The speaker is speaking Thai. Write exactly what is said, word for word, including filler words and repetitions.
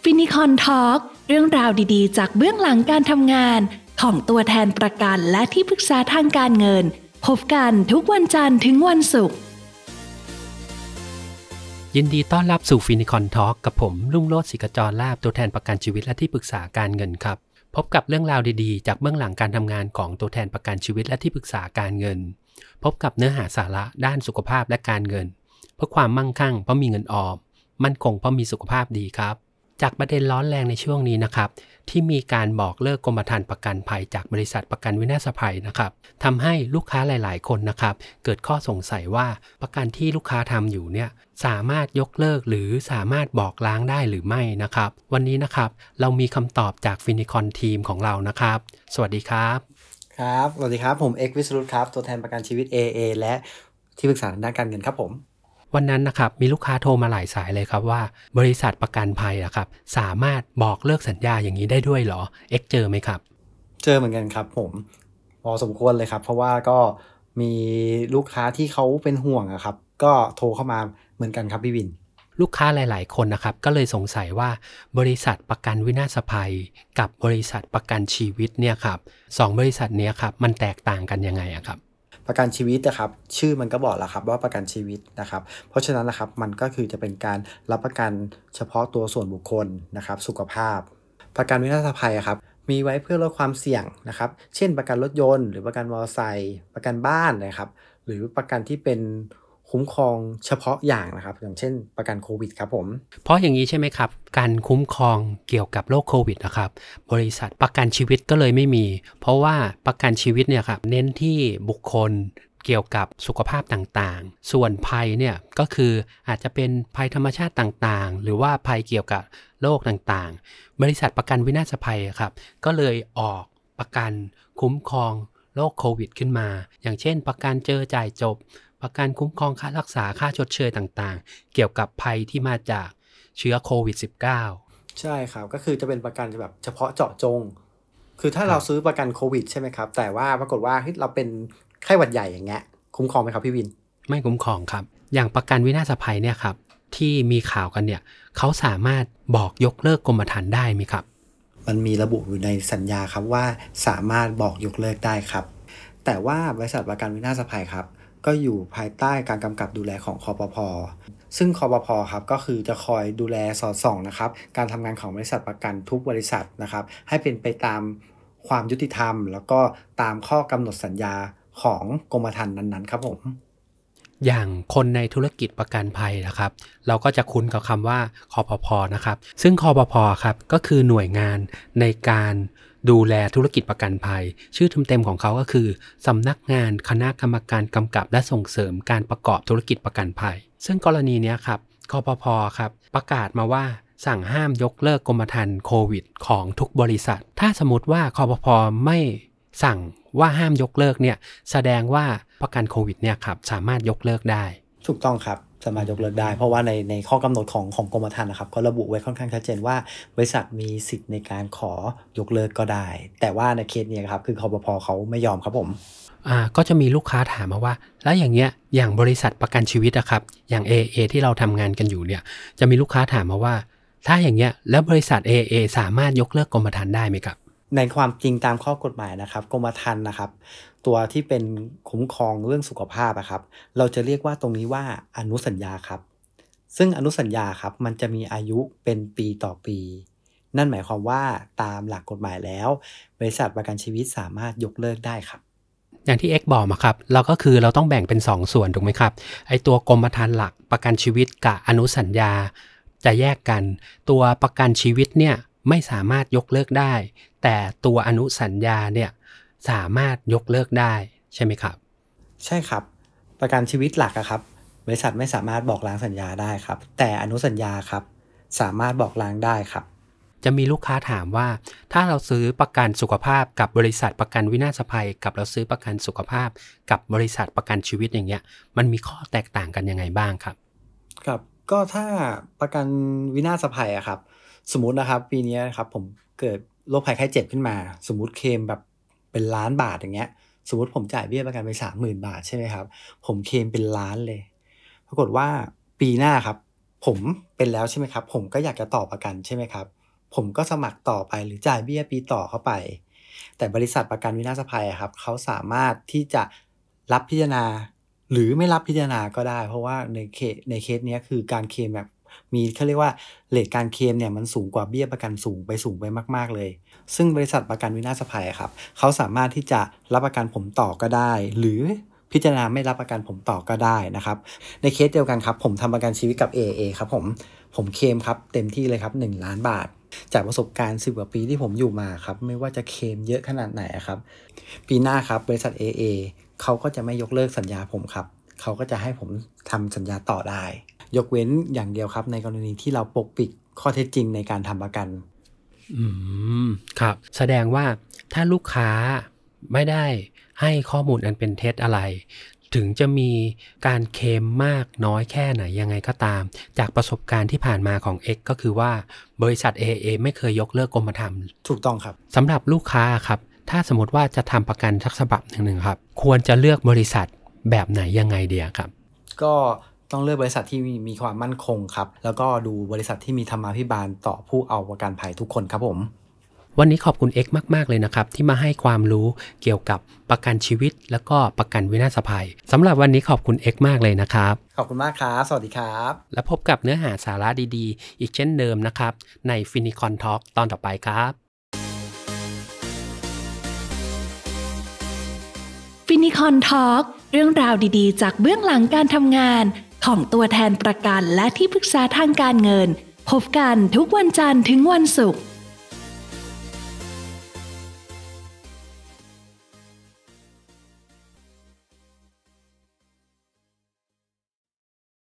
ฟินิคอนทอล์กเรื่องราวดีๆจากเบื้องหลังการทำงานของตัวแทนประกันและที่ปรึกษาทางการเงินพบกันทุกวันจันทร์ถึงวันศุกร์ยินดีต้อนรับสู่ฟินิคอนทอล์กกับผมรุ่งโรจน์ ศิกจรลาภตัวแทนประกันชีวิตและที่ปรึกษาการเงินครับพบกับเรื่องราวดีๆจากเบื้องหลังการทำงานของตัวแทนประกันชีวิตและที่ปรึกษาการเงินพบกับเนื้อหาสาระด้านสุขภาพและการเงินเพื่อความมั่งคั่งเพราะมีเงินออมมั่นคงเพราะมีสุขภาพดีครับจากประเด็นร้อนแรงในช่วงนี้นะครับที่มีการบอกเลิกกรมธรรม์ประกันภัยจากบริษัทประกันวินาศภัยนะครับทำให้ลูกค้าหลายๆคนนะครับเกิดข้อสงสัยว่าประกันที่ลูกค้าทำอยู่เนี่ยสามารถยกเลิกหรือสามารถบอกล้างได้หรือไม่นะครับวันนี้นะครับเรามีคำตอบจากฟินิคอนทีมของเรานะครับสวัสดีครับครับสวัสดีครับผมเอกวิศรุตครับตัวแทนประกันชีวิต เอ เอ และที่ปรึกษาทางด้านการเงินครับผมวันนั้นนะครับมีลูกค้าโทรมาหลายสายเลยครับว่าบริษัทประกันภัยอะครับสามารถบอกเลิกสัญญาอย่างนี้ได้ด้วยเหรอเอ็กเจอไหมครับเจอเหมือนกันครับผมพอสมควรเลยครับเพราะว่าก็มีลูกค้าที่เขาเป็นห่วงอะครับก็โทรเข้ามาเหมือนกันครับพี่วินลูกค้าหลายๆคนนะครับก็เลยสงสัยว่าบริษัทประกันวินาศภัยกับบริษัทประกันชีวิตเนี่ยครับสองบริษัทนี้ครับมันแตกต่างกันยังไงอะครับประกันชีวิตนะครับชื่อมันก็บอกแล้วครับว่าประกันชีวิตนะครับเพราะฉะนั้นนะครับมันก็คือจะเป็นการรับประกันเฉพาะตัวส่วนบุคคลนะครับสุขภาพประกันวินาศภัยครับมีไว้เพื่อลดความเสี่ยงนะครับเช่นประกันรถยนต์หรือประกันมอเตอร์ไซค์ประกันบ้านนะครับหรือประกันที่เป็นคุ้มครองเฉพาะอย่างนะครับอย่างเช่นประกันโควิดครับผมเพราะอย่างนี้ใช่ไหมครับการคุ้มครองเกี่ยวกับโรคโควิดนะครับบริษัทประกันชีวิตก็เลยไม่มีเพราะว่าประกันชีวิตเนี่ยครับเน้นที่บุคคลเกี่ยวกับสุขภาพต่างๆส่วนภัยเนี่ยก็คืออาจจะเป็นภัยธรรมชาติต่างๆหรือว่าภัยเกี่ยวกับโรคต่างๆบริษัทประกันวินาศภัยครับก็เลยออกประกันคุ้มครองโรคโควิดขึ้นมาอย่างเช่นประกันเจอจ่ายจบประกันคุ้มครองค่ารักษาค่าชดเชยต่างๆเกี่ยวกับภัยที่มาจากเชื้อโควิด สิบเก้าใช่ครับก็คือจะเป็นประกันแบบเฉพาะเจาะจงคือถ้าเราซื้อประกันโควิดใช่ไหมครับแต่ว่าปรากฏว่าเฮ้ยเราเป็นไข้หวัดใหญ่อย่างเงี้ยคุ้มครองไหมครับพี่วินไม่คุ้มครองครับอย่างประกันวินาศภัยเนี่ยครับที่มีข่าวกันเนี่ยเขาสามารถบอกยกเลิกกรมธรรม์ได้ไหมครับมันมีระบุอยู่ในสัญญาครับว่าสามารถบอกยกเลิกได้ครับแต่ว่าบริษัทประกันวินาศภัยครับก็อยู่ภายใต้การกำกับดูแลของคปภ.ซึ่งคปภ.ครับก็คือจะคอยดูแลสอดส่องนะครับการทำงานของบริษัทประกันทุกบริษัทนะครับให้เป็นไปตามความยุติธรรมแล้วก็ตามข้อกำหนดสัญญาของกรมธรรม์นั้นๆครับผมอย่างคนในธุรกิจประกันภัยนะครับเราก็จะคุ้นกับคำว่าคปภ.นะครับซึ่งคปภ.ครับก็คือหน่วยงานในการดูแลธุรกิจประกันภัยชื่อเต็มๆของเขาก็คือสำนักงานคณะกรรมการกำกับและส่งเสริมการประกอบธุรกิจประกันภัยซึ่งกรณีนี้ครับคปภ.ครับประกาศมาว่าสั่งห้ามยกเลิกกรมธรรม์โควิดของทุกบริษัทถ้าสมมติว่าคปภ.ไม่สั่งว่าห้ามยกเลิกเนี่ยแสดงว่าประกันโควิดเนี่ยครับสามารถยกเลิกได้ถูกต้องครับสามารถยกเลิกได้เพราะว่าในในข้อกำหนดของของกรมธรรม์นะครับก็ระบุไว้ค่อนข้างชัดเจนว่าบริษัทมีสิทธิ์ในการขอยกเลิกก็ได้แต่ว่าในเคสนี้ครับคือคปภ.เขาไม่ยอมครับผมอ่าก็จะมีลูกค้าถามมาว่าแล้วอย่างเงี้ยอย่างบริษัทประกันชีวิตอะครับอย่าง เอ เอ ที่เราทำงานกันอยู่เนี่ยจะมีลูกค้าถามมาว่าถ้าอย่างเงี้ยแล้วบริษัท เอ เอ สามารถยกเลิกกรมธรรม์ได้ไหมครับในความจริงตามข้อกฎหมายนะครับกรมธรรม์นะครับตัวที่เป็นคุ้มครองเรื่องสุขภาพอะครับเราจะเรียกว่าตรงนี้ว่าอนุสัญญาครับซึ่งอนุสัญญาครับมันจะมีอายุเป็นปีต่อปีนั่นหมายความว่าตามหลักกฎหมายแล้วบริษัทประกันชีวิตสามารถยกเลิกได้ครับอย่างที่ X บอกมาครับเราก็คือเราต้องแบ่งเป็นสองส่วนถูกไหมครับไอตัวกรมธรรม์หลักประกันชีวิตกับอนุสัญญาจะแยกกันตัวประกันชีวิตเนี่ยไม่สามารถยกเลิกได้แต่ตัวอนุสัญญาเนี่ยสามารถยกเลิกได้ใช่ไหมครับใช่ครับประกันชีวิตหลักอะครับบริษัทไม่สามารถบอกล้างสัญญาได้ครับแต่อนุสัญญาครับสามารถบอกล้างได้ครับจะมีลูกค้าถามว่าถ้าเราซื้อประกันสุขภาพกับบริษัทประกันวินาศภัยกับเราซื้อประกันสุขภาพกับบริษัทประกันชีวิตอย่างเงี้ยมันมีข้อแตกต่างกันยังไงบ้างครับครับก็ถ้าประกันวินาศภัยอะครับสมมุตินะครับปีนี้ครับผมเกิดโรคภัยไข้เจ็บขึ้นมาสมมุติเคลมแบบเป็นล้านบาทอย่างเงี้ยสมมุติผมจ่ายเบี้ยประกันไป สามหมื่น บาทใช่ไหมครับผมเคลมเป็นล้านเลยปรากฏว่าปีหน้าครับผมเป็นแล้วใช่ไหมครับผมก็อยากจะต่อประกันใช่ไหมครับผมก็สมัครต่อไปหรือจ่ายเบี้ยปีต่อเข้าไปแต่บริษัทประกันวินาศภัยครับเขาสามารถที่จะรับพิจารณาหรือไม่รับพิจารณาก็ได้เพราะว่าในเคสในเคสนี้คือการเคลมแบบมีเขาเรียกว่าเรทการเคลมเนี่ยมันสูงกว่าเบี้ยประกันสูงไปสูงไปมากๆเลยซึ่งบริษัทประกันวินาศภัยครับเขาสามารถที่จะรับประกันผมต่อก็ได้หรือพิจารณาไม่รับประกันผมต่อก็ได้นะครับในเคสเดียวกันครับผมทำประกันชีวิตกับ เอ เอ ครับผมผมเคลมครับเต็มที่เลยครับหนึ่งล้านบาทจากประสบการณ์สิบกว่าปีที่ผมอยู่มาครับไม่ว่าจะเคลมเยอะขนาดไหนครับปีหน้าครับบริษัท เอ เอ เขาก็จะไม่ยกเลิกสัญญาผมครับเขาก็จะให้ผมทำสัญญาต่อได้ยกเว้นอย่างเดียวครับในกรณีที่เราปกปิดข้อเท็จจริงในการทำประกันอืมครับแสดงว่าถ้าลูกค้าไม่ได้ให้ข้อมูลอันเป็นเท็จอะไรถึงจะมีการเคลมมากน้อยแค่ไหนยังไงก็ตามจากประสบการณ์ที่ผ่านมาของ X ก็คือว่าบริษัท เอ เอ ไม่เคยยกเลิกกรมธรรม์ถูกต้องครับสำหรับลูกค้าครับถ้าสมมติว่าจะทำประกันสักฉบับหนึ่งๆครับควรจะเลือกบริษัทแบบไหนยังไงเดียครับก็ต้องเลือกบริษัทที่มีมีความมั่นคงครับแล้วก็ดูบริษัทที่มีธรรมาภิบาลต่อผู้เอาประกันภัยทุกคนครับผมวันนี้ขอบคุณ X มากๆเลยนะครับที่มาให้ความรู้เกี่ยวกับประกันชีวิตแล้วก็ประกันวินาศภัยสำหรับวันนี้ขอบคุณ X มากเลยนะครับขอบคุณมากครับสวัสดีครับและพบกับเนื้อหาสาระดีๆอีกเช่นเดิมนะครับใน Finicon Talk ตอนต่อไปครับ Finicon Talk เรื่องราวดีๆจากเบื้องหลังการทำงานของตัวแทนประกันและที่ปรึกษาทางการเงินพบกันทุกวันจันทร์ถึงวันศุกร์